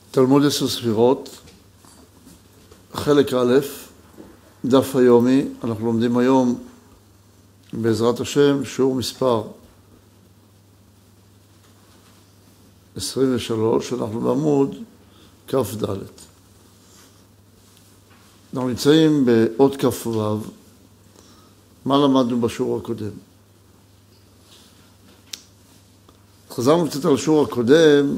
תלמוד 10 ספירות, חלק א', דף היומי. אנחנו לומדים היום בעזרת השם שיעור מספר 23, אנחנו בעמוד כ"ד. אנחנו נמצאים באות כ"ו. מה למדנו בשיעור הקודם? חזרנו קצת על השיעור הקודם,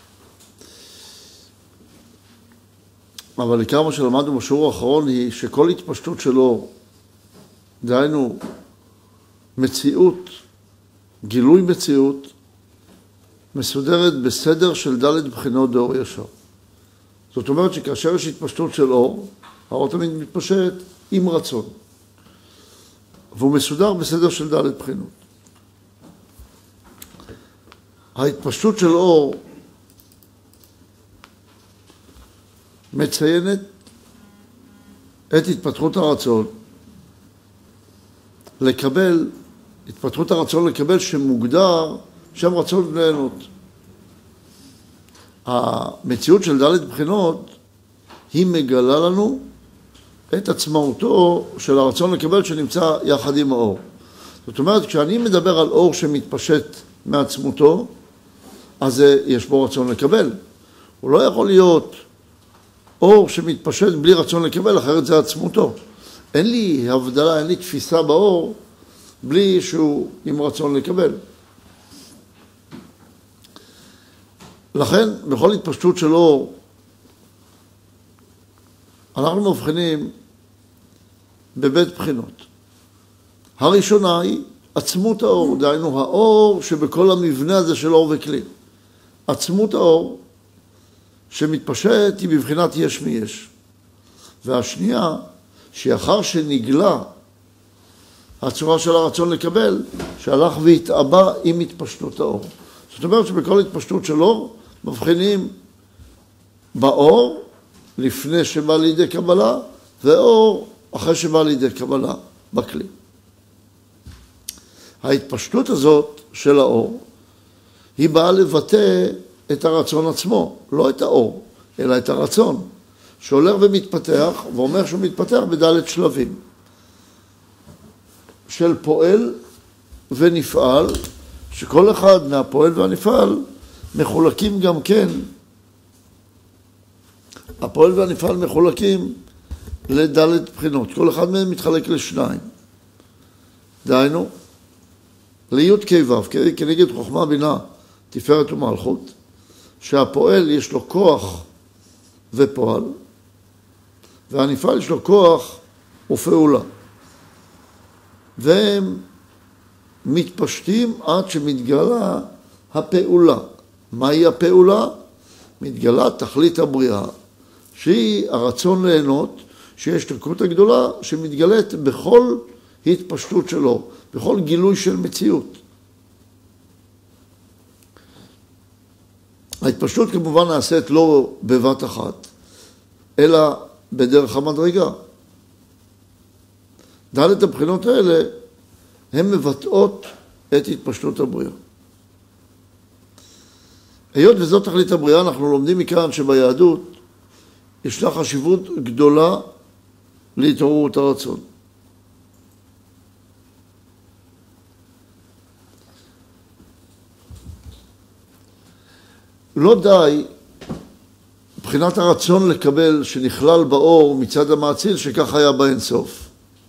אבל עיקר מה שלמדנו בשיעור האחרון היא שכל התפשטות שלו, דהיינו מציאות, גילוי מציאות, מסודרת בסדר של ד' בחינות דאור ישר. זאת אומרת שכאשר יש התפשטות של אור, האור תמיד מתפשט עם רצון. והוא מסודר בסדר של ד' בחינות. ההתפשטות של אור מציינת את התפתחות הרצון לקבל, התפתחות הרצון לקבל שמוגדר שם רצון ליהנות. המציאות של ד' בחינות היא מגלה לנו את עצמאותו של הרצון לקבל שנמצא יחד עם האור. זאת אומרת, כשאני מדבר על אור שמתפשט מעצמותו, אז יש בו רצון לקבל. הוא לא יכול להיות אור שמתפשט בלי רצון לקבל, אחרת זה עצמותו. אין לי הבדלה, אין לי תפיסה באור בלי שהוא עם רצון לקבל. לכן, בכל התפשטות של אור, אנחנו מבחינים בבית בחינות. הראשונה היא עצמות האור, דהיינו האור שבכל המבנה הזה של אור וכלי. עצמות האור שמתפשט היא בבחינת יש מי יש. והשנייה, שאחר שנגלה הצורה של הרצון לקבל, שהלך והתאבא עם התפשטות האור. זאת אומרת שבכל התפשטות של אור מבחינים באור לפני שבא לידי קבלה, ואור אחרי שבא לידי קבלה בכלי. ההתפשטות הזאת של האור היא באה לבטא את הרצון עצמו, לא את האור, אלא את הרצון, שהולך ומתפתח, ואומר שהוא מתפתח בד' שלבים, של פועל ונפעל, שכל אחד מהפועל והנפעל מחולקים גם כן, הפועל והנפעל מחולקים לד' בחינות, כל אחד מהם מתחלק לשניים. דהיינו, להיות כיו"ב, כנגד חוכמה בינה, תפארת ומלכות, שהפועל יש לו כוח ופועל, והנפעל יש לו כוח ופעולה. והם מתפשטים עד שמתגלה הפעולה. מהי הפעולה? מתגלה תכלית הבריאה, שהיא הרצון ליהנות, שיש תרקות הגדולה שמתגלית בכל התפשטות שלו, בכל גילוי של מציאות. ההתפשטות כמובן נעשית לא בבת אחת, אלא בדרך המדרגה. ד' הבחינות האלה הן מבטאות את התפשטות הבריאה. היות וזאת תכלית הבריאה, אנחנו לומדים מכאן שביהדות ישנה חשיבות גדולה להתעוררות הרצון. לא די מבחינת הרצון לקבל שנכלל באור מצד המאציל שכך היה באינסוף,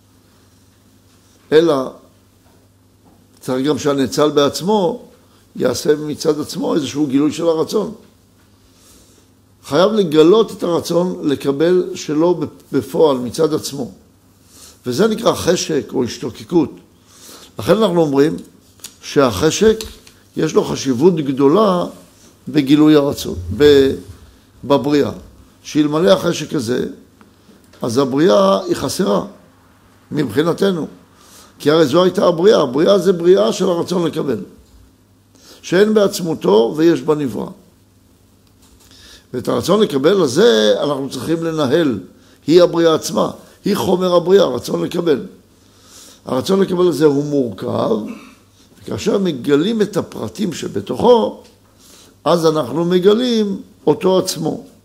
אלא צריך גם שהנאצל בעצמו יעשה מצד עצמו איזשהו גילוי של הרצון. חייב לגלות את הרצון לקבל שלו בפועל מצד עצמו. וזה נקרא חשק או השתוקקות. לכן אנחנו אומרים שהחשק יש לו חשיבות גדולה בגילוי הרצון, בבריאה. שאלמלא החשק הזה, אז הבריאה היא חסרה מבחינתנו. כי הרי זו הייתה הבריאה. הבריאה זה בריאה של הרצון לקבל. שאין בעצמותו ויש בנברא. ואת הרצון לקבל הזה אנחנו צריכים לנהל. היא הבריאה עצמה. היא חומר הבריאה, הרצון לקבל. הרצון לקבל הזה הוא מורכב, וכאשר מגלים את הפרטים שבתוכו, אז אנחנו מגלים אותו עצמו.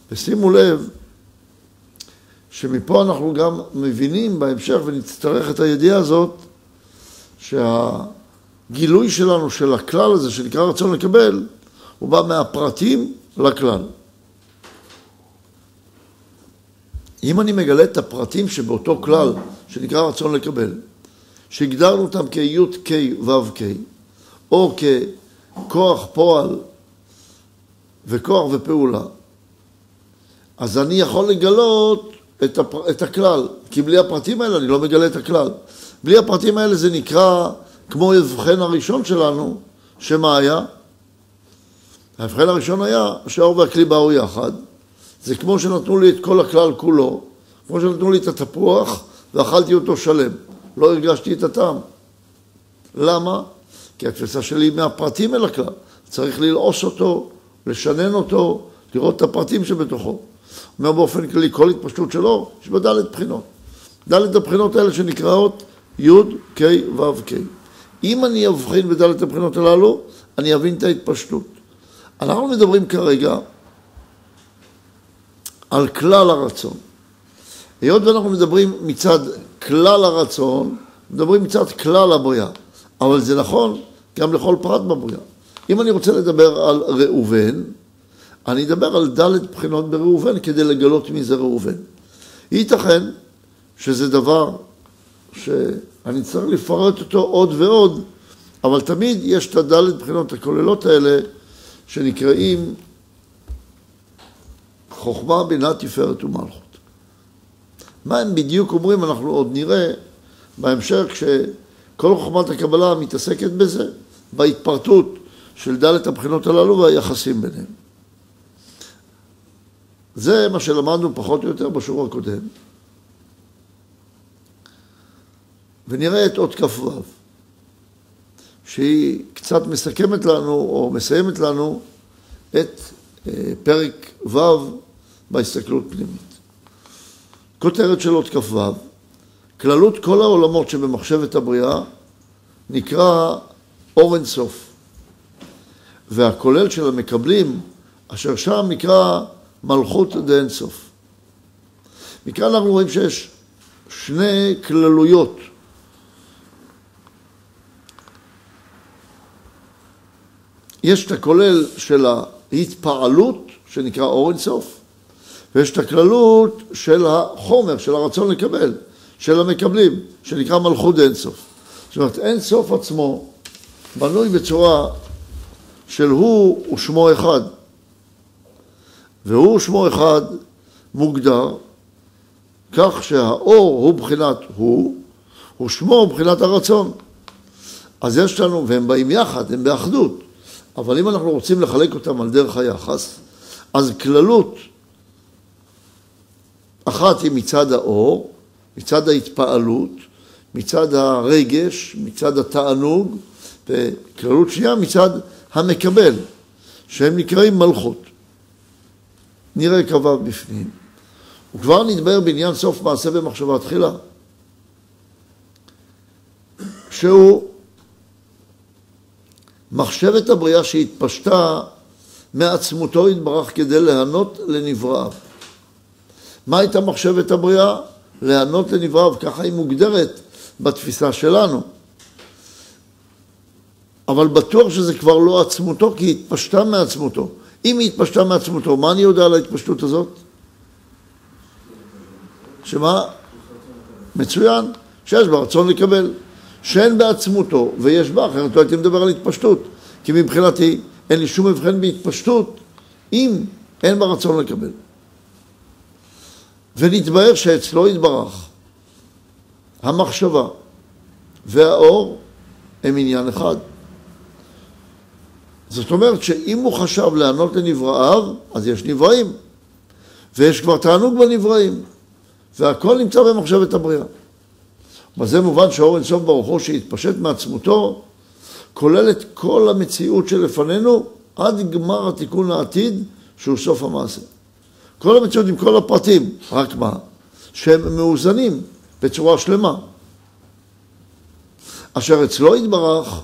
ושימו לב שמפה אנחנו גם מבינים בהמשך ונצטרך את הידיעה הזאת שהגילוי שלנו של הכלל הזה שנקרא רצון לקבל הוא בא מהפרטים לכלל. אם אני מגלה את הפרטים שבאותו כלל שנקרא רצון לקבל, שהגדרנו אותם כי' ק' ו' ק', או ככוח פועל וכוח ופעולה, אז אני יכול לגלות את הכלל, כי בלי הפרטים האלה אני לא מגלה את הכלל. בלי הפרטים האלה זה נקרא כמו ההבחן הראשון שלנו, שמה היה? ההבחן הראשון היה שהאור והכלי באו יחד. זה כמו שנתנו לי את כל הכלל כולו, כמו שנתנו לי את התפוח ואכלתי אותו שלם. לא הרגשתי את הטעם. למה? כי התפיסה שלי היא מהפרטים אל הכלל. צריך ללעוס אותו, לשנן אותו, לראות את הפרטים שבתוכו. אומר באופן כללי, כל התפשטות שלו, יש בה ד' בחינות. ד' הבחינות האלה שנקראות י' ק' ו' ק'. אם אני אבחין בד' הבחינות הללו, אני אבין את ההתפשטות. אנחנו מדברים כרגע על כלל הרצון. היות ואנחנו מדברים מצד כלל הרצון, מדברים מצד כלל הבריאה. אבל זה נכון גם לכל פרט בבריאה. אם אני רוצה לדבר על ראובן, אני אדבר על ד' בחינות בראובן כדי לגלות מי זה ראובן. ייתכן שזה דבר שאני צריך לפרט אותו עוד ועוד, אבל תמיד יש את הד' בחינות הכוללות האלה שנקראים חוכמה, בינה, תפארת ומלכות. מה הם בדיוק אומרים אנחנו עוד נראה בהמשך כשכל חוכמת הקבלה מתעסקת בזה, בהתפרטות של ד' הבחינות הללו והיחסים ביניהם. זה מה שלמדנו פחות או יותר בשיעור הקודם. ונראה את אות כ"ו, שהיא קצת מסכמת לנו או מסיימת לנו את פרק ו' בהסתכלות פנימית. כותרת של אות כ"ו, כללות כל העולמות שבמחשבת הבריאה נקרא אור אין סוף, והכולל של המקבלים אשר שם נקרא מלכות דאין סוף. מכאן אנחנו רואים שיש שני כללויות. יש את הכולל של ההתפעלות שנקרא אור אין סוף, ויש את הכללות של החומר, של הרצון לקבל, של המקבלים, שנקרא מלכות דאין סוף. זאת אומרת, אין סוף עצמו בנוי בצורה של הוא ושמו אחד. והוא שמו אחד מוגדר כך שהאור הוא בחינת הוא, ושמו הוא בחינת הרצון. אז יש לנו, והם באים יחד, הם באחדות. אבל אם אנחנו רוצים לחלק אותם על דרך היחס, אז כללות אחת היא מצד האור, מצד ההתפעלות, מצד הרגש, מצד התענוג, וכללות שנייה מצד המקבל, שהם נקראים מלכות. נראה כ"ו בפנים. וכבר נדבר בעניין סוף מעשה במחשבה תחילה, שהוא מחשבת הבריאה שהתפשטה מעצמותו התברך כדי להיענות לנבראיו. מה הייתה מחשבת הבריאה? להיענות לנבראיו, ככה היא מוגדרת בתפיסה שלנו. אבל בטוח שזה כבר לא עצמותו, כי היא התפשטה מעצמותו. אם היא התפשטה מעצמותו, מה אני יודע על ההתפשטות הזאת? שמה? מצוין, שיש בה רצון לקבל. שאין בעצמותו ויש בה, אחרת לא הייתי מדבר על התפשטות. כי מבחינתי אין לי שום מבחן בהתפשטות אם אין בה רצון לקבל. ונתבהר שאצלו יתברך המחשבה והאור הם עניין אחד. זאת אומרת שאם הוא חשב לענות לנבראיו, אז יש נבראים. ויש כבר תענוג בנבראים. והכל נמצא במחשבת הבריאה. בזה מובן שהאור אין סוף ברוך הוא שהתפשט מעצמותו, כולל את כל המציאות שלפנינו עד גמר התיקון העתיד שהוא סוף המעשה. כל המציאות עם כל הפרטים, רק מה? שהם מאוזנים בצורה שלמה. אשר אצלו יתברך,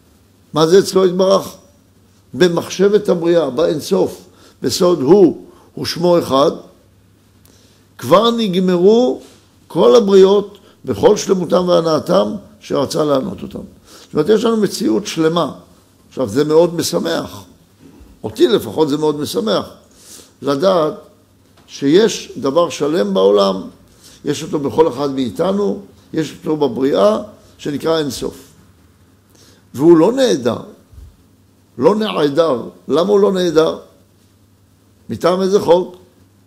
מה זה אצלו יתברך? במחשבת הבריאה, באין סוף, בסוד הוא ושמו אחד, כבר נגמרו כל הבריות בכל שלמותם והנאתם שרצה לענות אותם. זאת אומרת, יש לנו מציאות שלמה. עכשיו, זה מאוד משמח. אותי לפחות זה מאוד משמח. לדעת שיש דבר שלם בעולם, יש אותו בכל אחד מאיתנו, יש אותו בבריאה, שנקרא אינסוף. והוא לא נהדר. לא נעדר. למה הוא לא נהדר? מטעם איזה חוק?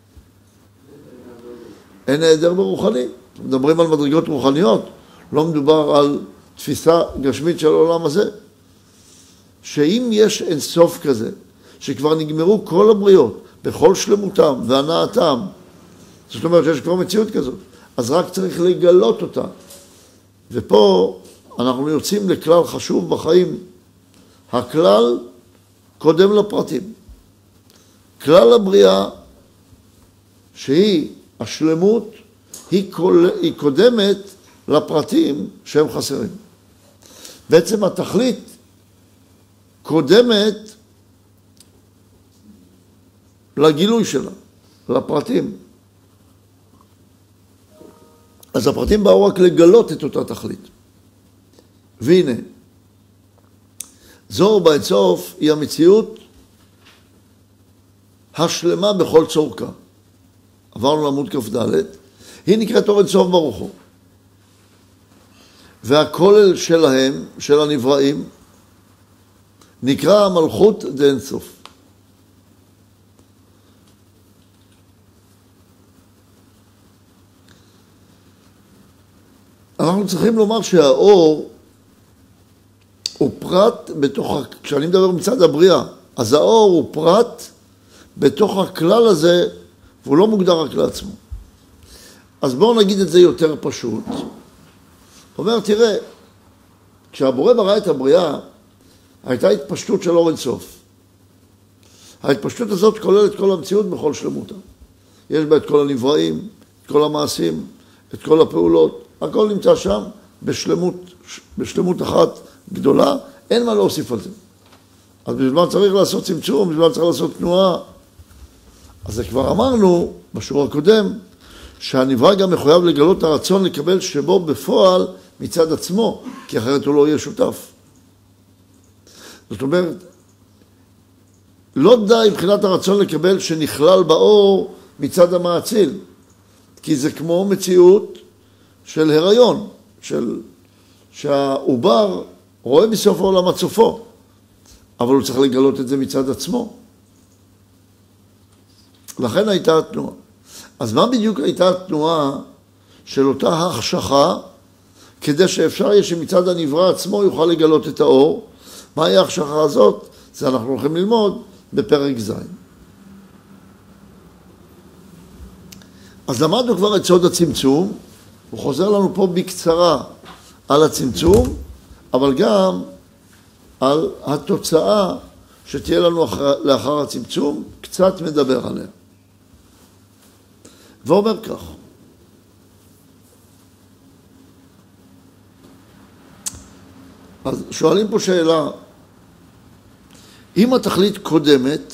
אין נהדר ברוחני. מדברים על מדרגות רוחניות. לא מדובר על תפיסה גשמית של העולם הזה. שאם יש אינסוף כזה, שכבר נגמרו כל הבריות, בכל שלמותם והנאתם, זאת אומרת שיש כבר מציאות כזאת, אז רק צריך לגלות אותה. ופה אנחנו יוצאים לכלל חשוב בחיים. הכלל קודם לפרטים. כלל הבריאה, שהיא השלמות, היא קודמת לפרטים שהם חסרים. בעצם התכלית קודמת לגילוי שלה, לפרטים. אז הפרטים באו רק לגלות את אותה תכלית. והנה, זו באינסוף היא המציאות השלמה בכל צורכה. עברנו לעמוד כ"ד, היא נקראת אור אינסוף ברוך הוא. והכולל שלהם, של הנבראים, נקרא המלכות דאינסוף. אנחנו צריכים לומר שהאור הוא פרט בתוך, כשאני מדבר מצד הבריאה, אז האור הוא פרט בתוך הכלל הזה, והוא לא מוגדר רק לעצמו. אז בואו נגיד את זה יותר פשוט. הוא אומר, תראה, כשהבורא ברא את הבריאה, הייתה התפשטות של אור אינסוף. ההתפשטות הזאת כוללת כל המציאות בכל שלמותה. יש בה את כל הנבראים, את כל המעשים, את כל הפעולות. הכל נמצא שם בשלמות אחת גדולה, אין מה להוסיף על זה. אז בשביל מה צריך לעשות צמצום, בשביל מה צריך לעשות תנועה. אז זה כבר אמרנו בשיעור הקודם, שהנברא גם מחויב לגלות הרצון לקבל שבו בפועל מצד עצמו, כי אחרת הוא לא יהיה שותף. זאת אומרת, לא די מבחינת הרצון לקבל שנכלל באור מצד המאציל, כי זה כמו מציאות של הריון, שהעובר רואה בסוף העולם עד סופו, אבל הוא צריך לגלות את זה מצד עצמו. לכן הייתה התנועה. אז מה בדיוק הייתה התנועה של אותה החשכה, כדי שאפשר יהיה שמצד הנברא עצמו יוכל לגלות את האור? מהי ההחשכה הזאת? זה אנחנו הולכים ללמוד בפרק ז'. אז למדנו כבר את סוד הצמצום, הוא חוזר לנו פה בקצרה על הצמצום, אבל גם על התוצאה שתהיה לנו לאחר הצמצום, קצת מדבר עליה. ואומר כך, אז שואלים פה שאלה, אם התכלית קודמת,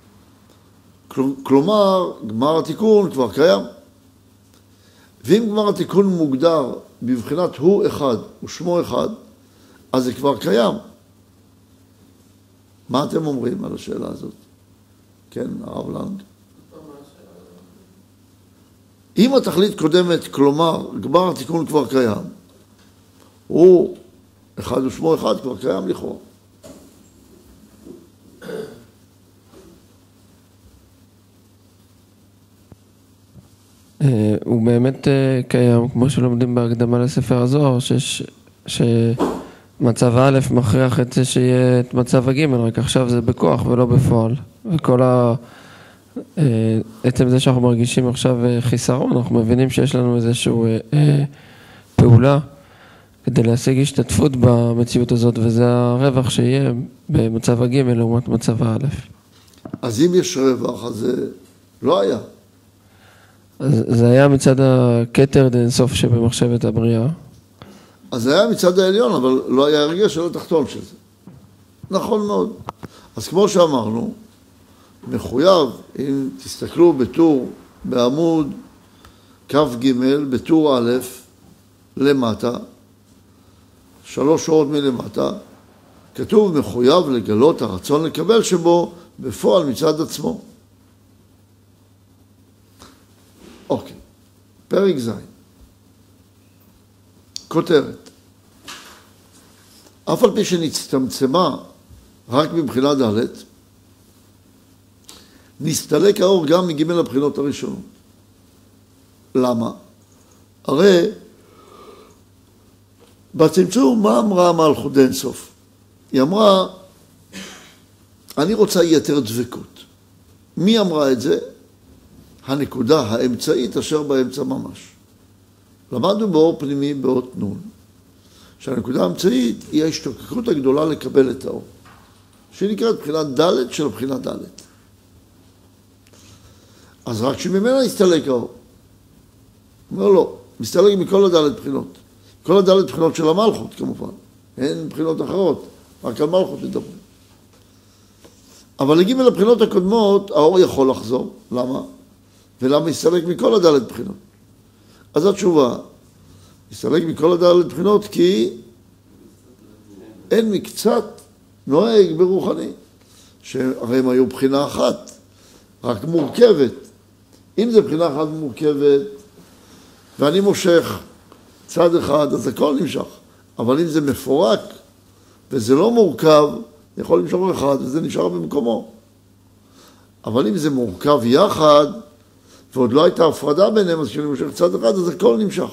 כלומר גמר התיקון כבר קיים, ואם גמר התיקון מוגדר בבחינת הוא אחד ושמו אחד, אז זה כבר קיים. מה אתם אומרים על השאלה הזאת? כן, הרב לנג. אם התכלית קודמת, כלומר גמר התיקון כבר קיים, הוא אחד ושמו אחד כבר קיים לכאורה. הוא באמת קיים, כמו שלומדים בהקדמה לספר הזוהר, שמצב א' מכריח את זה שיהיה את מצב הג', רק עכשיו זה בכוח ולא בפועל. וכל עצם זה שאנחנו מרגישים עכשיו חיסרון, אנחנו מבינים שיש לנו איזשהו פעולה כדי להשיג השתתפות במציאות הזאת, וזה הרווח שיהיה במצב הג' לעומת מצב א'. אז אם יש רווח, אז זה לא היה. זה היה מצד הכתר דאינסוף שבמחשבת הבריאה. אז זה היה מצד העליון, אבל לא היה הרגש של התחתון של זה. נכון מאוד. אז כמו שאמרנו, מחויב, אם תסתכלו בטור בעמוד כ"ג, בטור א', למטה, 3 שורות מלמטה, כתוב מחויב לגלות הרצון לקבל שבו בפועל מצד עצמו. אוקיי, פרק ז', כותרת. אף על פי שנצטמצמה רק מבחינה ד', נסתלק האור גם מג' הבחינות הראשונות. למה? הרי בצמצום מה אמרה המלכות אין סוף? היא אמרה, אני רוצה יתר דבקות. מי אמרה את זה? הנקודה האמצעית אשר באמצע ממש. למדנו באור פנימי באות נון, שהנקודה האמצעית היא ההשתוקקות הגדולה לקבל את האור, שהיא נקראת בחינת ד' של בחינת ד'. אז רק שממנה הסתלק האור. אומר לא, מסתלק מכל הד' בחינות. כל הד' בחינות של המלכות כמובן, אין בחינות אחרות, רק על מלכות מדברים. אבל לג' הבחינות הקודמות האור יכול לחזור, למה? ולמה הסתלק מכל הד' בחינות? אז התשובה, הסתלק מכל הד' בחינות כי אין מקצת נוהג ברוחני, שהרי הם היו בחינה אחת, רק מורכבת. אם זה בחינה אחת מורכבת, ואני מושך צד אחד, אז הכל נמשך. אבל אם זה מפורק, וזה לא מורכב, אני יכול למשוך אחד, וזה נשאר במקומו. אבל אם זה מורכב יחד, ועוד לא הייתה הפרדה ביניהם, אז כשאני מושך צד אחד, אז הכל נמשך.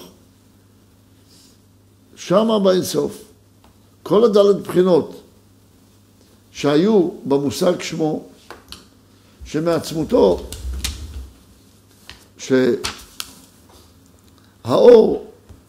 שמה באינסוף, כל הד' בחינות שהיו במושג שמו, שמעצמותו, שהאור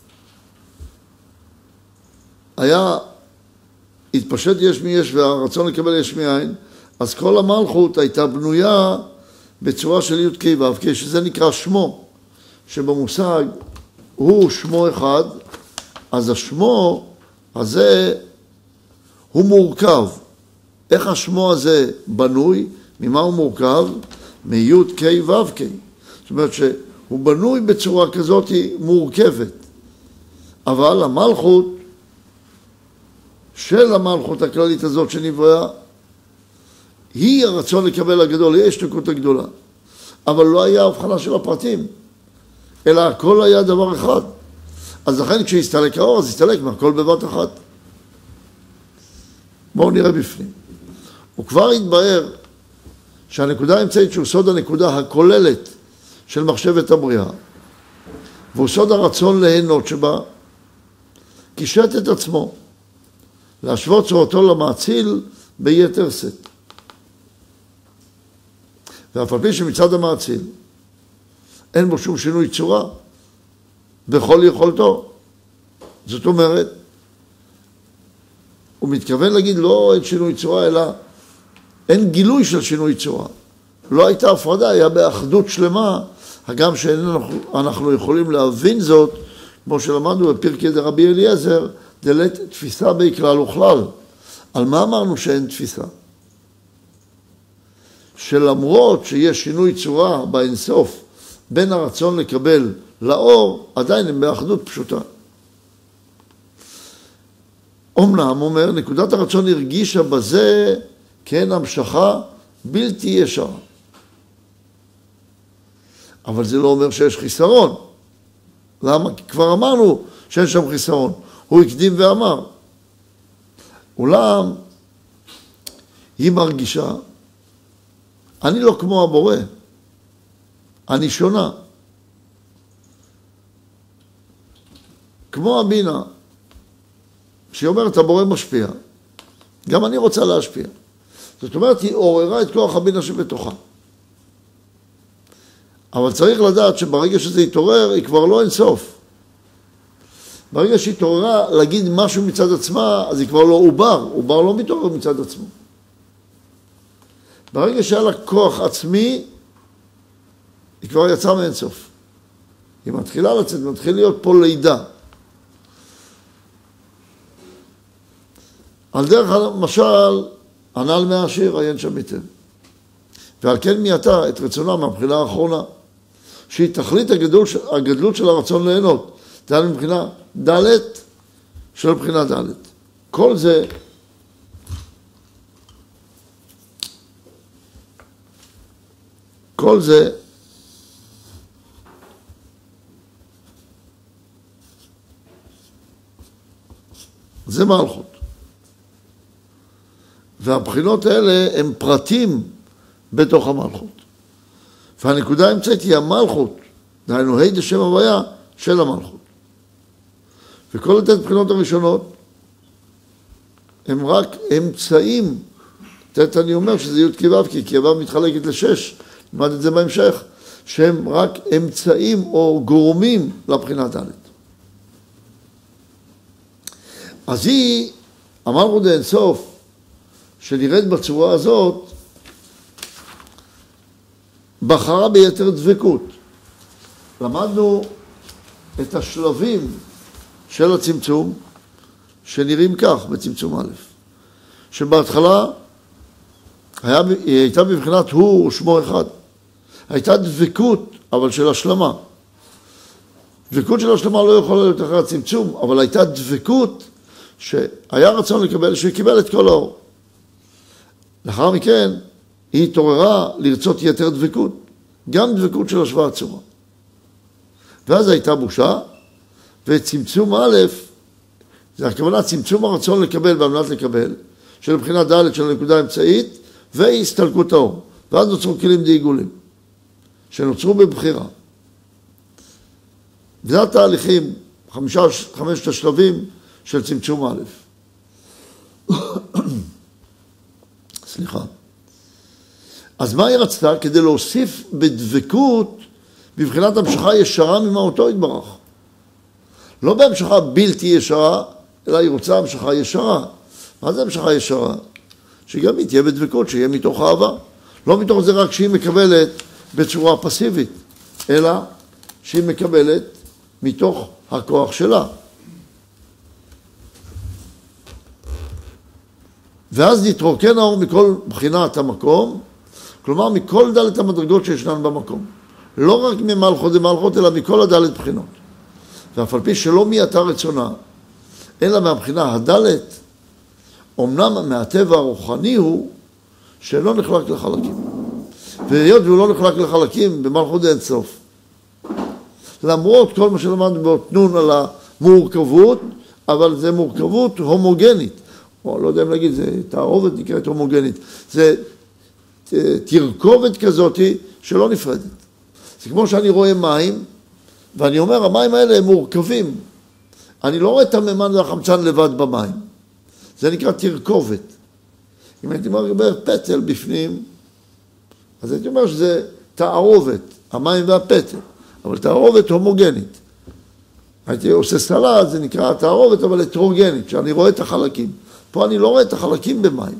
היה התפשט יש מי יש והרצון לקבל יש מאין, אז כל המלכות הייתה בנויה בצורה של י' ק' ו' ק', שזה נקרא שמו, שבמושג הוא שמו אחד, אז השמו הזה הוא מורכב. איך השמו הזה בנוי? ממה הוא מורכב? מי ק' ו' ק'. זאת אומרת שהוא בנוי בצורה כזאת מורכבת. אבל המלכות של המלכות הכללית הזאת שנבראה, היא הרצון לקבל הגדול, היא ההשתוקקות הגדולה. אבל לא היה הבחנה של הפרטים, אלא הכל היה דבר אחד. אז לכן כשהסתלק האור, אז הסתלק מהכל בבת אחת. בואו נראה בפנים. הוא כבר התבהר שהנקודה האמצעית שהוא סוד הנקודה הכוללת של מחשבת הבריאה, והוא סוד הרצון ליהנות שבה, קישט את עצמו, להשוות צורתו למאציל ביתר שאת. ואף על פי שמצד המאציל אין בו שום שינוי צורה, בכל יכולתו. זאת אומרת, הוא מתכוון להגיד לא אין שינוי צורה, אלא אין גילוי של שינוי צורה. לא הייתה הפרדה, היה באחדות שלמה, הגם שאנחנו יכולים להבין זאת, כמו שלמדנו בפרקי דרבי אליעזר, דלת תפיסה בי כלל וכלל. על מה אמרנו שאין תפיסה? שלמרות שיש שינוי צורה באינסוף בין הרצון לקבל לאור, עדיין הם באחדות פשוטה. אומנם אומר, נקודת הרצון הרגישה בזה כן המשכה בלתי ישרה. אבל זה לא אומר שיש חיסרון. למה? כי כבר אמרנו שאין שם חיסרון. הוא הקדים ואמר. אולם היא מרגישה, אני לא כמו הבורא, אני שונה. כמו הבינה, שהיא אומרת, הבורא משפיע. גם אני רוצה להשפיע. זאת אומרת, היא עוררה את כוח הבינה שבתוכה. אבל צריך לדעת שברגע שזה יתעורר, היא כבר לא אינסוף. ברגע שהיא התעוררה להגיד משהו מצד עצמה, אז היא כבר לא עובר. עובר לא מתעורר מצד עצמו. ברגע שהיה לה כוח עצמי, היא כבר יצאה מאינסוף. היא מתחילה לצאת, מתחיל להיות פה לידה. על דרך המשל, הנעל מהעשיר, עיין שמיטם. ועל כן מייתה את רצונה מהבחינה האחרונה, שהיא תכלית הגדלות של הרצון ליהנות. דהיינו מבחינה ד' של בחינה ד'. כל זה זה מלכות. והבחינות האלה הם פרטים בתוך המלכות. והנקודה האמצעית היא המלכות, דהיינו ה' דשם הוויה של המלכות. וכל לתת בחינות הראשונות הם רק אמצעים. תת אני אומר שזה י' כ' ו', כי ו' מתחלקת לשש, נלמד את זה בהמשך, שהם רק אמצעים או גורמים לבחינה ד'. אז היא, המלכות דאינסוף, שנראית בצורה הזאת, בחרה ביתר דבקות. למדנו את השלבים של הצמצום, שנראים כך בצמצום א', שבהתחלה היא הייתה בבחינת הוא ושמו אחד. הייתה דבקות, אבל של השלמה. דבקות של השלמה לא יכולה להיות אחרי הצמצום, אבל הייתה דבקות שהיה רצון לקבל, שהוא קיבל את כל האור. לאחר מכן היא התעוררה לרצות יתר דבקות, גם דבקות של השוואה עצומה. ואז הייתה בושה, וצמצום א', זה הכוונה צמצום הרצון לקבל במנת לקבל, של מבחינה ד' של הנקודה האמצעית, והסתלקות האור. ואז נוצרו כלים די-עיגולים, שנוצרו בבחירה. וזה התהליכים, חמשת השלבים של צמצום א'. סליחה. אז מה היא רצתה? כדי להוסיף בדבקות בבחינת המשכה ישרה ממהותו יתברך. לא בהמשכה בלתי ישרה, אלא היא רוצה המשכה ישרה. מה זה המשכה ישרה? שגם היא תהיה בדבקות, שיהיה מתוך אהבה. לא מתוך זה רק שהיא מקבלת בצורה פסיבית, אלא שהיא מקבלת מתוך הכוח שלה. ואז נתרוקן האור מכל בחינת המקום, כלומר מכל ד' המדרגות שישנן במקום. לא רק ממלכות ומלכות, אלא מכל הד' בחינות. ואף על פי שלא מייתה רצונה, אלא מהבחינה הד', אמנם מהטבע הרוחני הוא שלא נחלק לחלקים. והיות והוא לא נחלק לחלקים במלכות דאינסוף. למרות כל מה שלמדנו באותנון על המורכבות, אבל זה מורכבות הומוגנית. או לא יודע אם להגיד, זה תערובת נקראת הומוגנית. זה תרכובת כזאת שלא נפרדת. זה כמו שאני רואה מים, ואני אומר, המים האלה הם מורכבים. אני לא רואה את המימן והחמצן לבד במים. זה נקרא תרכובת. אם הייתי אומר פטל בפנים, אז הייתי אומר שזה תערובת, המים והפטל. אבל תערובת הומוגנית. הייתי עושה סלט, זה נקרא תערובת, אבל הטרוגנית, שאני רואה את החלקים. פה אני לא רואה את החלקים במים.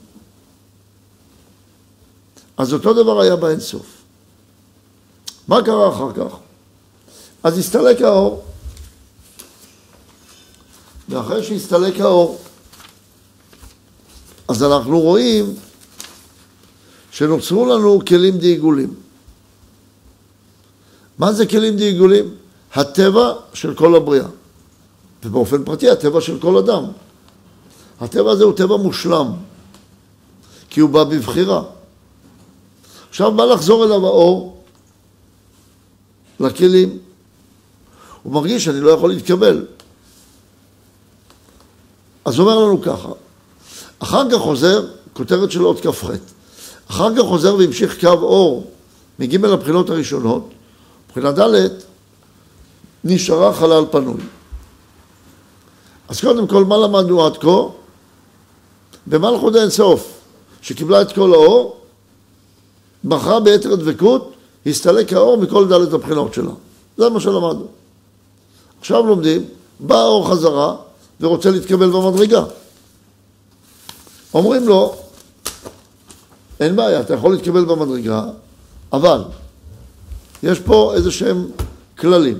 אז אותו דבר היה באינסוף. מה קרה אחר כך? אז הסתלק האור. ואחרי שהסתלק האור, אז אנחנו רואים שנוצרו לנו כלים די-עיגולים. מה זה כלים די-עיגולים? הטבע של כל הבריאה. ובאופן פרטי, הטבע של כל אדם. הטבע הזה הוא טבע מושלם, כי הוא בא בבחירה. עכשיו בא לחזור אליו האור, לכלים. הוא מרגיש שאני לא יכול להתקבל. אז הוא אומר לנו ככה, אחר כך חוזר, כותרת של עוד כ"ח, אחר כך חוזר והמשיך קו אור מג' הבחינות הראשונות, בחינה ד' נשארה חלל פנוי. אז קודם כל, מה למדנו עד כה? במלכות דאינסוף, שקיבלה את כל האור, בחרה ביתר דבקות, הסתלק האור מכל ד' הבחינות שלה. זה מה שלמדנו. עכשיו לומדים, בא האור חזרה ורוצה להתקבל במדרגה. אומרים לו, אין בעיה, אתה יכול להתקבל במדרגה, אבל יש פה איזה שהם כללים.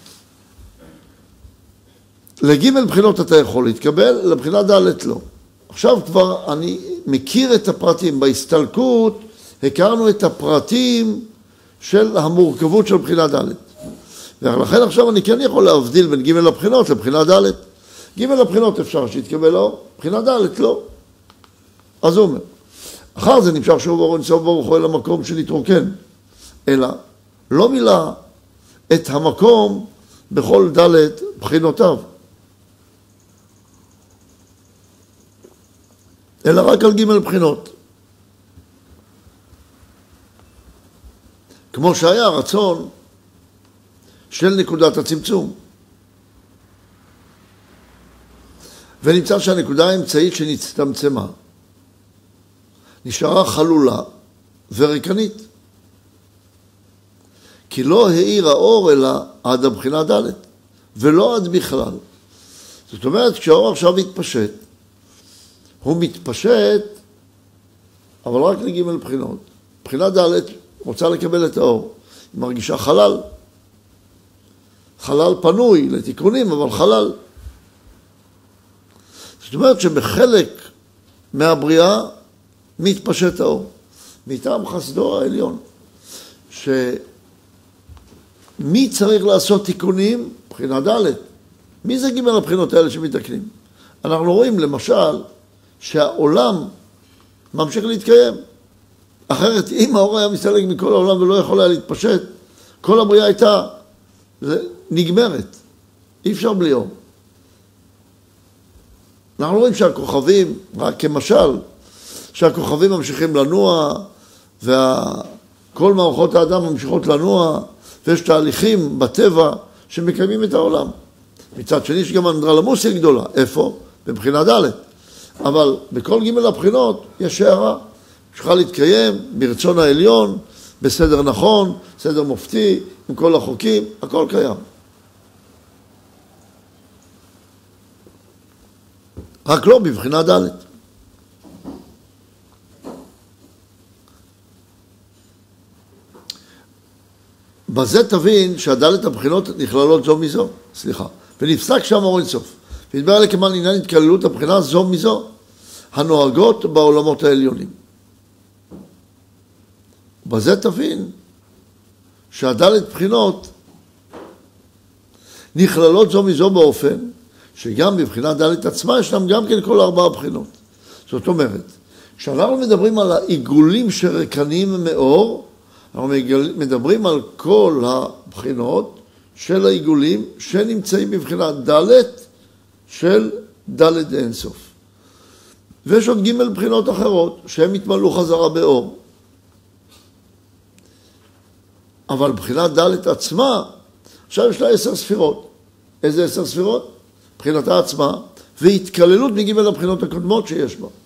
לג' בחינות אתה יכול להתקבל, לבחינה ד' לא. עכשיו כבר אני מכיר את הפרטים. בהסתלקות הכרנו את הפרטים של המורכבות של בחינה ד'. ולכן עכשיו אני כן יכול להבדיל בין ג' הבחינות לבחינה ד'. ג' הבחינות אפשר שיתקבל אור, בחינה ד' לא. אז הוא אומר, אחר זה נמשך שוב אור אינסוף ברוך הוא אל המקום שנתרוקן, אלא לא מילא את המקום בכל ד' בחינותיו, אלא רק על ג' בחינות. כמו שהיה הרצון של נקודת הצמצום. ונמצא שהנקודה האמצעית שנצטמצמה נשארה חלולה וריקנית. כי לא האיר האור אלא עד הבחינה ד' ולא עד בכלל. זאת אומרת, כשהאור עכשיו מתפשט, הוא מתפשט, אבל רק לג' בחינות. בחינה ד' רוצה לקבל את האור. היא מרגישה חלל. חלל פנוי לתיקונים, אבל חלל. זאת אומרת שבחלק מהבריאה מתפשט האור. מטעם חסדו העליון. שמי צריך לעשות תיקונים? בחינה ד'. מי זה ג' הבחינות האלה שמתקנים? אנחנו רואים למשל שהעולם ממשיך להתקיים. אחרת אם האור היה מסתלק מכל העולם ולא יכול היה להתפשט, כל הבריאה הייתה נגמרת. אי אפשר בלי אור. אנחנו רואים שהכוכבים, רק כמשל, שהכוכבים ממשיכים לנוע, וכל מערכות האדם ממשיכות לנוע, ויש תהליכים בטבע שמקיימים את העולם. מצד שני יש גם אנדרלמוסיה גדולה. איפה? בבחינה ד'. אבל בכל ג' הבחינות יש הערה. שצריכה להתקיים ברצון העליון, בסדר נכון, סדר מופתי, עם כל החוקים, הכל קיים. רק לא בבחינה ד'. בזה תבין שהד' הבחינות נכללות זו מזו, ונפסק שם אור אינסוף. והתברר לכמן עניין התכללות הבחינה זו מזו, הנוהגות בעולמות העליונים. בזה תבין שהד' בחינות נכללות זו מזו באופן שגם בבחינה ד' עצמה ישנם גם כן כל 4 בחינות. זאת אומרת, כשאנחנו מדברים על העיגולים שרקנים מאור, אנחנו מדברים על כל הבחינות של העיגולים שנמצאים בבחינה ד' של ד' אינסוף. ויש עוד ג' בחינות אחרות שהן התמלאו חזרה באור. אבל בחינת ד' עצמה, עכשיו יש לה 10 ספירות. איזה 10 ספירות? בחינתה עצמה, והתכללות מג' הבחינות הקודמות שיש בה.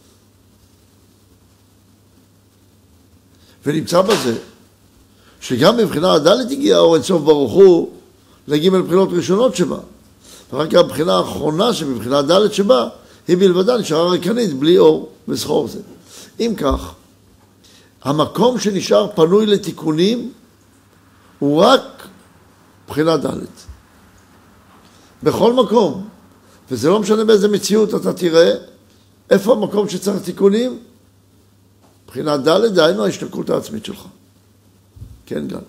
ונמצא בזה, שגם בבחינה ד' הגיע אור אינסוף ברוך הוא לג' בחינות ראשונות שבה. ורק הבחינה האחרונה שבבחינה ד' שבה, היא בלבדה נשארה ריקנית, בלי אור וזכור זה. אם כך, המקום שנשאר פנוי לתיקונים, הוא רק בחינה ד'. בכל מקום, וזה לא משנה באיזה מציאות אתה תראה, איפה המקום שצריך תיקונים? בחינה ד' דהיינו ההשתקעות העצמית שלך. כן, גל.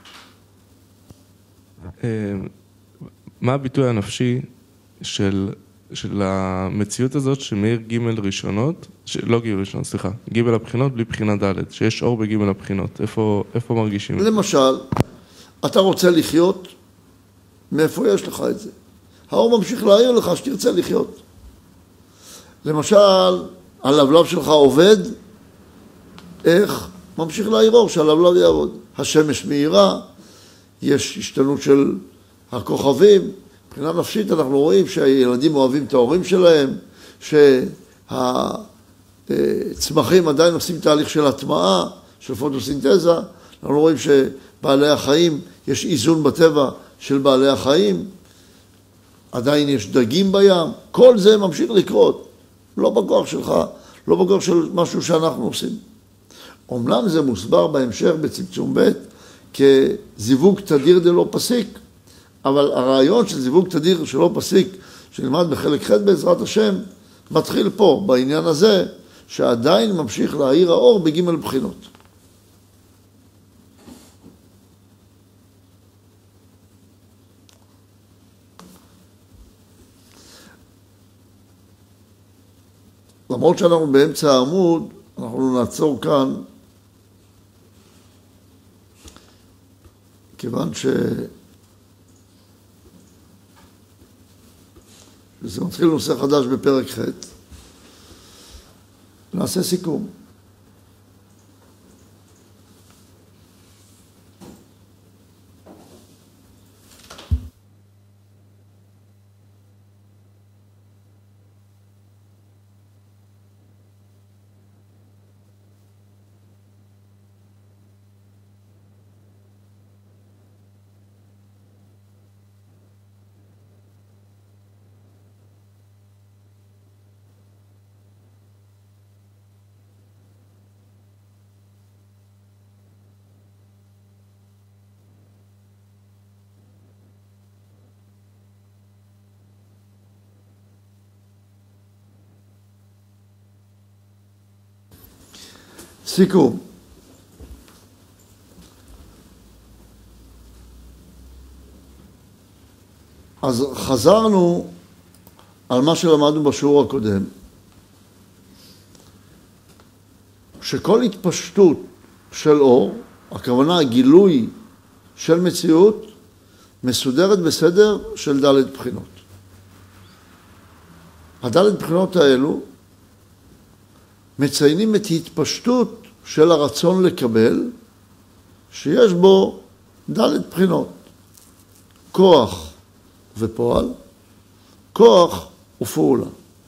מה הביטוי הנפשי של המציאות הזאת שמאיר ג' ראשונות, לא ג' ראשונות, סליחה, ג' הבחינות בלי בחינה ד', שיש אור בג' הבחינות, איפה מרגישים? למשל, אתה רוצה לחיות, מאיפה יש לך את זה? האור ממשיך להעיר לך שתרצה לחיות. למשל, הלבלב שלך עובד, איך? ממשיך להעיר אור שהלבלב יעבוד. השמש מהירה, יש השתנות של הכוכבים. מבחינה נפשית אנחנו רואים שהילדים אוהבים את ההורים שלהם, שהצמחים עדיין עושים תהליך של הטמעה, של פוטוסינתזה. אנחנו רואים שבעלי החיים, יש איזון בטבע של בעלי החיים, עדיין יש דגים בים, כל זה ממשיך לקרות, לא בכוח שלך, לא בכוח של משהו שאנחנו עושים. אומנם זה מוסבר בהמשך בצמצום ב' כזיווג תדיר דלא פסיק, אבל הרעיון של זיווג תדיר שלא פסיק, שנלמד בחלק ח' בעזרת השם, מתחיל פה, בעניין הזה, שעדיין ממשיך להאיר האור בג' בחינות. למרות שאנחנו באמצע העמוד, אנחנו נעצור כאן, כיוון שזה מתחיל נושא חדש בפרק ח'. נעשה סיכום. סיכום. אז חזרנו על מה שלמדנו בשיעור הקודם, שכל התפשטות של אור, הכוונה הגילוי של מציאות, מסודרת בסדר של ד' בחינות. הד' בחינות האלו מציינים את התפשטות של הרצון לקבל, שיש בו ד' בחינות, כוח ופועל, כוח ופעולה.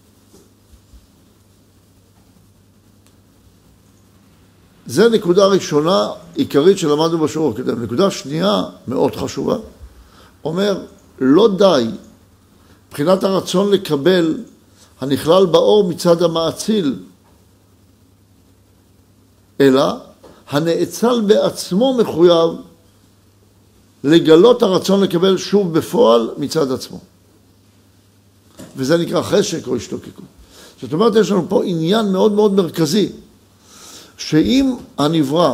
זה נקודה ראשונה עיקרית שלמדנו בשיעור הקודם. נקודה שנייה מאוד חשובה, אומר לא די בחינת הרצון לקבל הנכלל באור מצד המאציל, אלא הנאצל בעצמו מחויב לגלות הרצון לקבל שוב בפועל מצד עצמו. וזה נקרא חשק או השתוקקות. זאת אומרת, יש לנו פה עניין מאוד מאוד מרכזי, שאם הנברא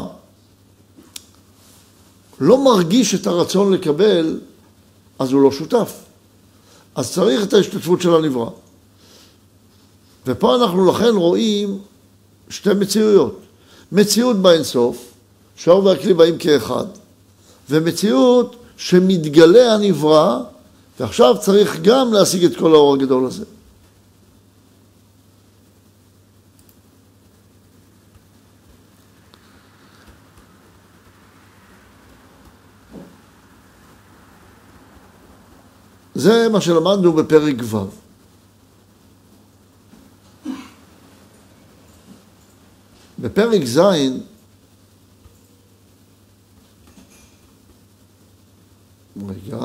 לא מרגיש את הרצון לקבל, אז הוא לא שותף. אז צריך את ההשתתפות של הנברא. ופה אנחנו לכן רואים שתי מציאויות. מציאות באינסוף, שהאור והכלי באים כאחד, ומציאות שמתגלה הנברא, ועכשיו צריך גם להשיג את כל האור הגדול הזה. זה מה שלמדנו בפרק ו'. בפרק ז' רגע,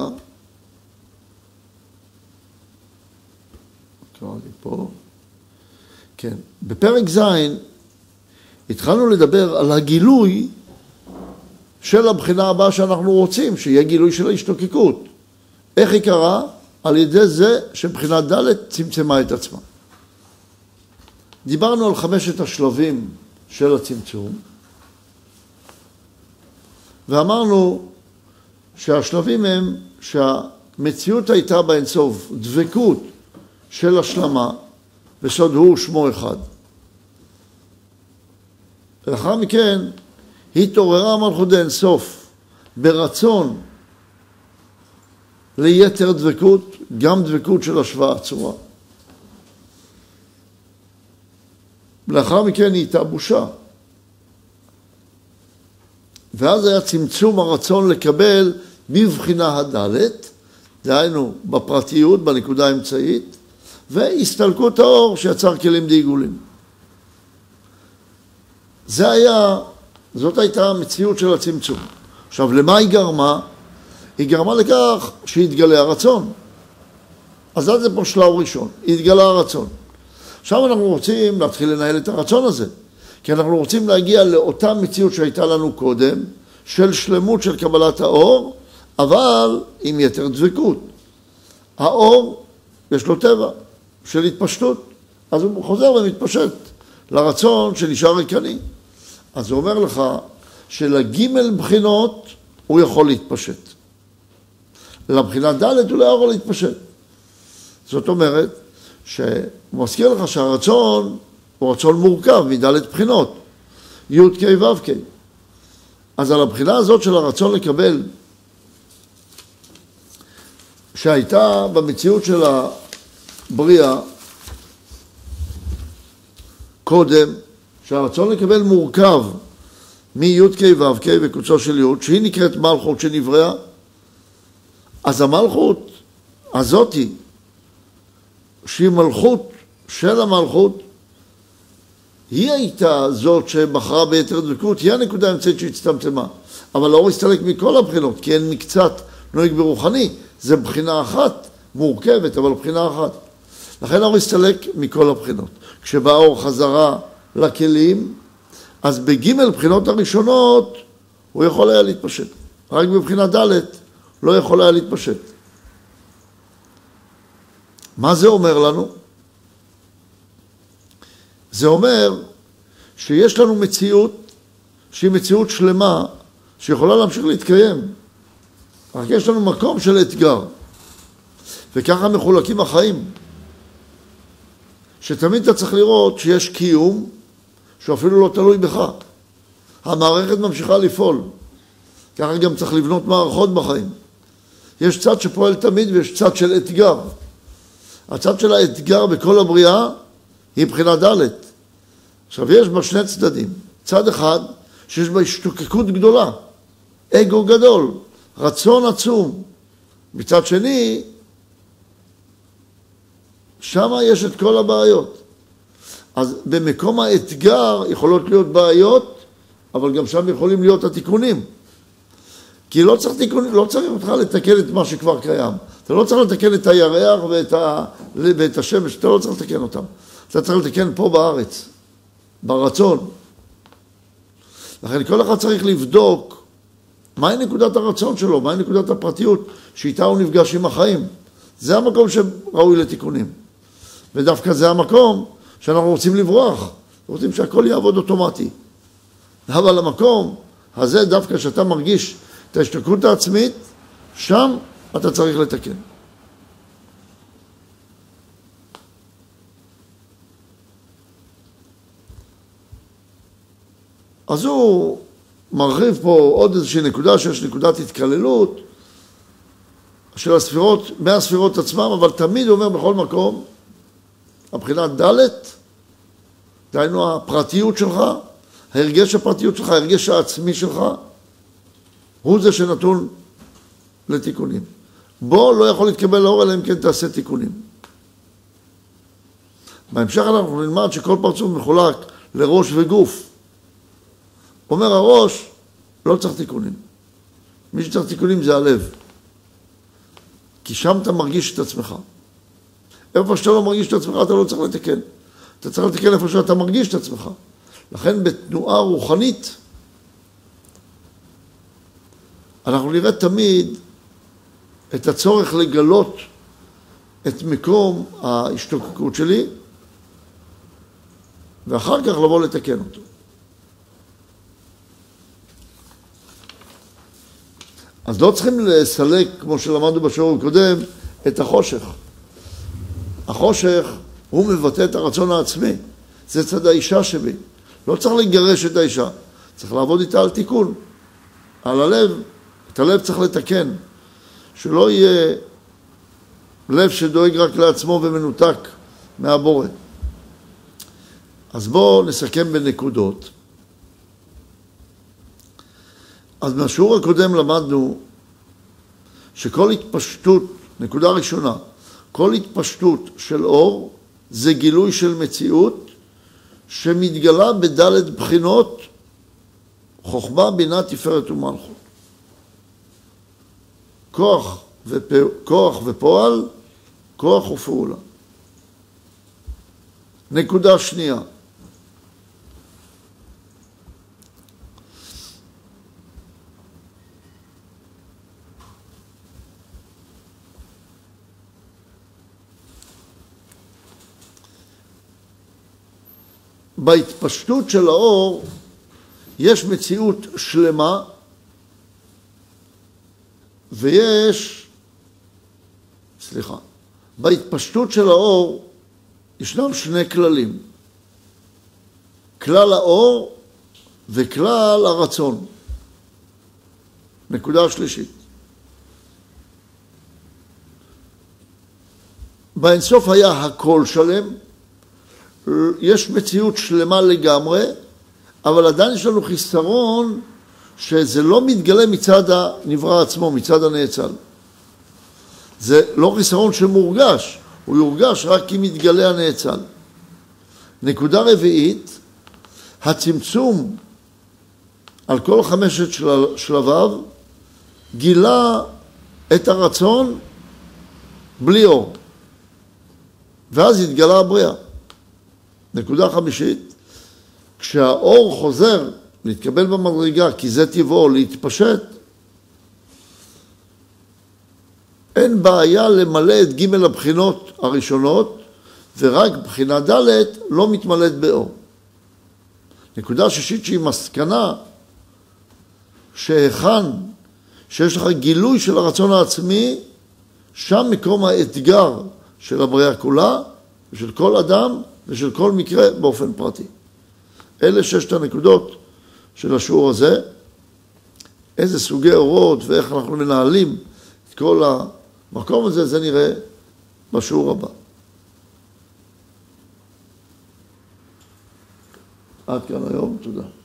קרא לי פה, כן, בפרק ז' התחלנו לדבר על הגילוי של הבחינה הבאה שאנחנו רוצים, שיהיה גילוי של ההשתוקקות. איך היא קרה? על ידי זה שבחינת ד' צמצמה את עצמה. דיברנו על 5 השלבים של הצמצום, ואמרנו שהשלבים הם שהמציאות הייתה באינסוף דבקות של השלמה, וסוד הוא שמו אחד. ולאחר מכן התעוררה מלכות דאינסוף ברצון ליתר דבקות, גם דבקות של השוואה צורה. לאחר מכן היא הייתה בושה. ואז היה צמצום הרצון לקבל בבחינה הדלת, דהיינו בפרטיות, בנקודה האמצעית, והסתלקות האור שיצר כלים דעיגולים. זאת הייתה המציאות של הצמצום. עכשיו, למה היא גרמה? היא גרמה לכך שהתגלה הרצון. אז זה פה שלב ראשון, התגלה הרצון. עכשיו אנחנו רוצים להתחיל לנהל את הרצון הזה, כי אנחנו רוצים להגיע לאותה מציאות שהייתה לנו קודם, של שלמות של קבלת האור, אבל עם יתר דבקות. האור יש לו טבע של התפשטות, אז הוא חוזר ומתפשט לרצון שנשאר ריקני. אז הוא אומר לך שלגימל בחינות הוא יכול להתפשט. לבחינה ד' הוא לא יכול להתפשט. זאת אומרת שהוא מזכיר לך שהרצון הוא רצון מורכב מד' בחינות, י' כ' ו' כ'. אז על הבחינה הזאת של הרצון לקבל, שהייתה במציאות של הבריאה קודם, שהרצון לקבל מורכב מי כ' ו' כ' וקוצו של י', שהיא נקראת מלכות שנבראה, אז המלכות הזאתי, שהיא מלכות של המלכות, היא הייתה זאת שבחרה ביתר דבקות, היא הנקודה האמצעית שהצטמצמה. אבל האור הסתלק מכל הבחינות, כי אין מקצת נוהג ברוחני, זה בחינה אחת מורכבת, אבל בחינה אחת. לכן האור הסתלק מכל הבחינות. כשבא האור חזרה לכלים, אז בג' בחינות הראשונות הוא יכול היה להתפשט. רק בבחינה ד' לא יכול היה להתפשט. מה זה אומר לנו? זה אומר שיש לנו מציאות שהיא מציאות שלמה שיכולה להמשיך להתקיים. רק יש לנו מקום של אתגר. וככה מחולקים החיים. שתמיד אתה צריך לראות שיש קיום שהוא אפילו לא תלוי בך. המערכת ממשיכה לפעול. ככה גם צריך לבנות מערכות בחיים. יש צד שפועל תמיד ויש צד של אתגר. הצד של האתגר בכל הבריאה היא בחינה ד'. עכשיו יש בה שני צדדים. צד אחד שיש בה השתוקקות גדולה, אגו גדול, רצון עצום. מצד שני, שם יש את כל הבעיות. אז במקום האתגר יכולות להיות בעיות, אבל גם שם יכולים להיות התיקונים. כי לא צריך תיקונים, לא צריך אותך לתקן את מה שכבר קיים. אתה לא צריך לתקן את הירח ואת השמש, אתה לא צריך לתקן אותם. אתה צריך לתקן פה בארץ, ברצון. לכן כל אחד צריך לבדוק מהי נקודת הרצון שלו, מהי נקודת הפרטיות שאיתה הוא נפגש עם החיים. זה המקום שראוי לתיקונים. ודווקא זה המקום שאנחנו רוצים לברוח. רוצים שהכל יעבוד אוטומטי. אבל המקום הזה, דווקא שאתה מרגיש את ההשתוקקות העצמית, שם אתה צריך לתקן. אז הוא מרחיב פה עוד איזושהי נקודה שיש נקודת התקללות של הספירות, מהספירות עצמם, אבל תמיד הוא אומר בכל מקום, הבחינה ד', דהיינו הפרטיות שלך, ההרגש הפרטיות שלך, ההרגש העצמי שלך, הוא זה שנתון לתיקונים. בו לא יכול להתקבל לאור, אלא אם כן תעשה תיקונים. בהמשך אנחנו נלמד שכל פרצוף מחולק לראש וגוף. אומר הראש, לא צריך תיקונים. מי שצריך תיקונים זה הלב. כי שם אתה מרגיש את עצמך. איפה שאתה לא מרגיש את עצמך, אתה לא צריך לתקן. אתה צריך לתקן איפה שאתה מרגיש את עצמך. לכן בתנועה רוחנית, אנחנו נראה תמיד את הצורך לגלות את מקום ההשתוקקות שלי, ואחר כך לבוא לתקן אותו. אז לא צריכים לסלק, כמו שלמדנו בשיעור הקודם, את החושך. החושך הוא מבטא את הרצון העצמי. זה צד האישה שבי. לא צריך לגרש את האישה. צריך לעבוד איתה על תיקון. על הלב, את הלב צריך לתקן. שלא יהיה לב שדואג רק לעצמו ומנותק מהבורא. אז בואו נסכם בנקודות. אז מהשיעור הקודם למדנו שכל התפשטות, נקודה ראשונה, כל התפשטות של אור זה גילוי של מציאות שמתגלה בדלת בחינות חוכמה, בינה, תפארת ומלכות. כוח ופועל, כוח ופעולה. נקודה שנייה. בהתפשטות של האור יש מציאות שלמה ויש, בהתפשטות של האור ישנם שני כללים. כלל האור וכלל הרצון. נקודה שלישית. באינסוף היה הכל שלם, יש מציאות שלמה לגמרי, אבל עדיין יש לנו חיסרון שזה לא מתגלה מצד הנברא עצמו, מצד הנאצל. זה לא חיסרון שמורגש, הוא יורגש רק אם מתגלה הנאצל. נקודה רביעית, הצמצום על כל 5 שלביו גילה את הרצון בלי אור, ואז התגלה הבריאה. נקודה חמישית, כשהאור חוזר להתקבל במדרגה, כי זה טבעו להתפשט, אין בעיה למלא את ג' הבחינות הראשונות, ורק בחינה ד' לא מתמלאת באור. נקודה שישית שהיא מסקנה, שהיכן שיש לך גילוי של הרצון העצמי, שם מקום האתגר של הבריאה כולה, ושל כל אדם ושל כל מקרה באופן פרטי. אלה 6 הנקודות של השיעור הזה. איזה סוגי אורות ואיך אנחנו מנהלים את כל המקום הזה, זה נראה בשיעור הבא. עד כאן היום, תודה.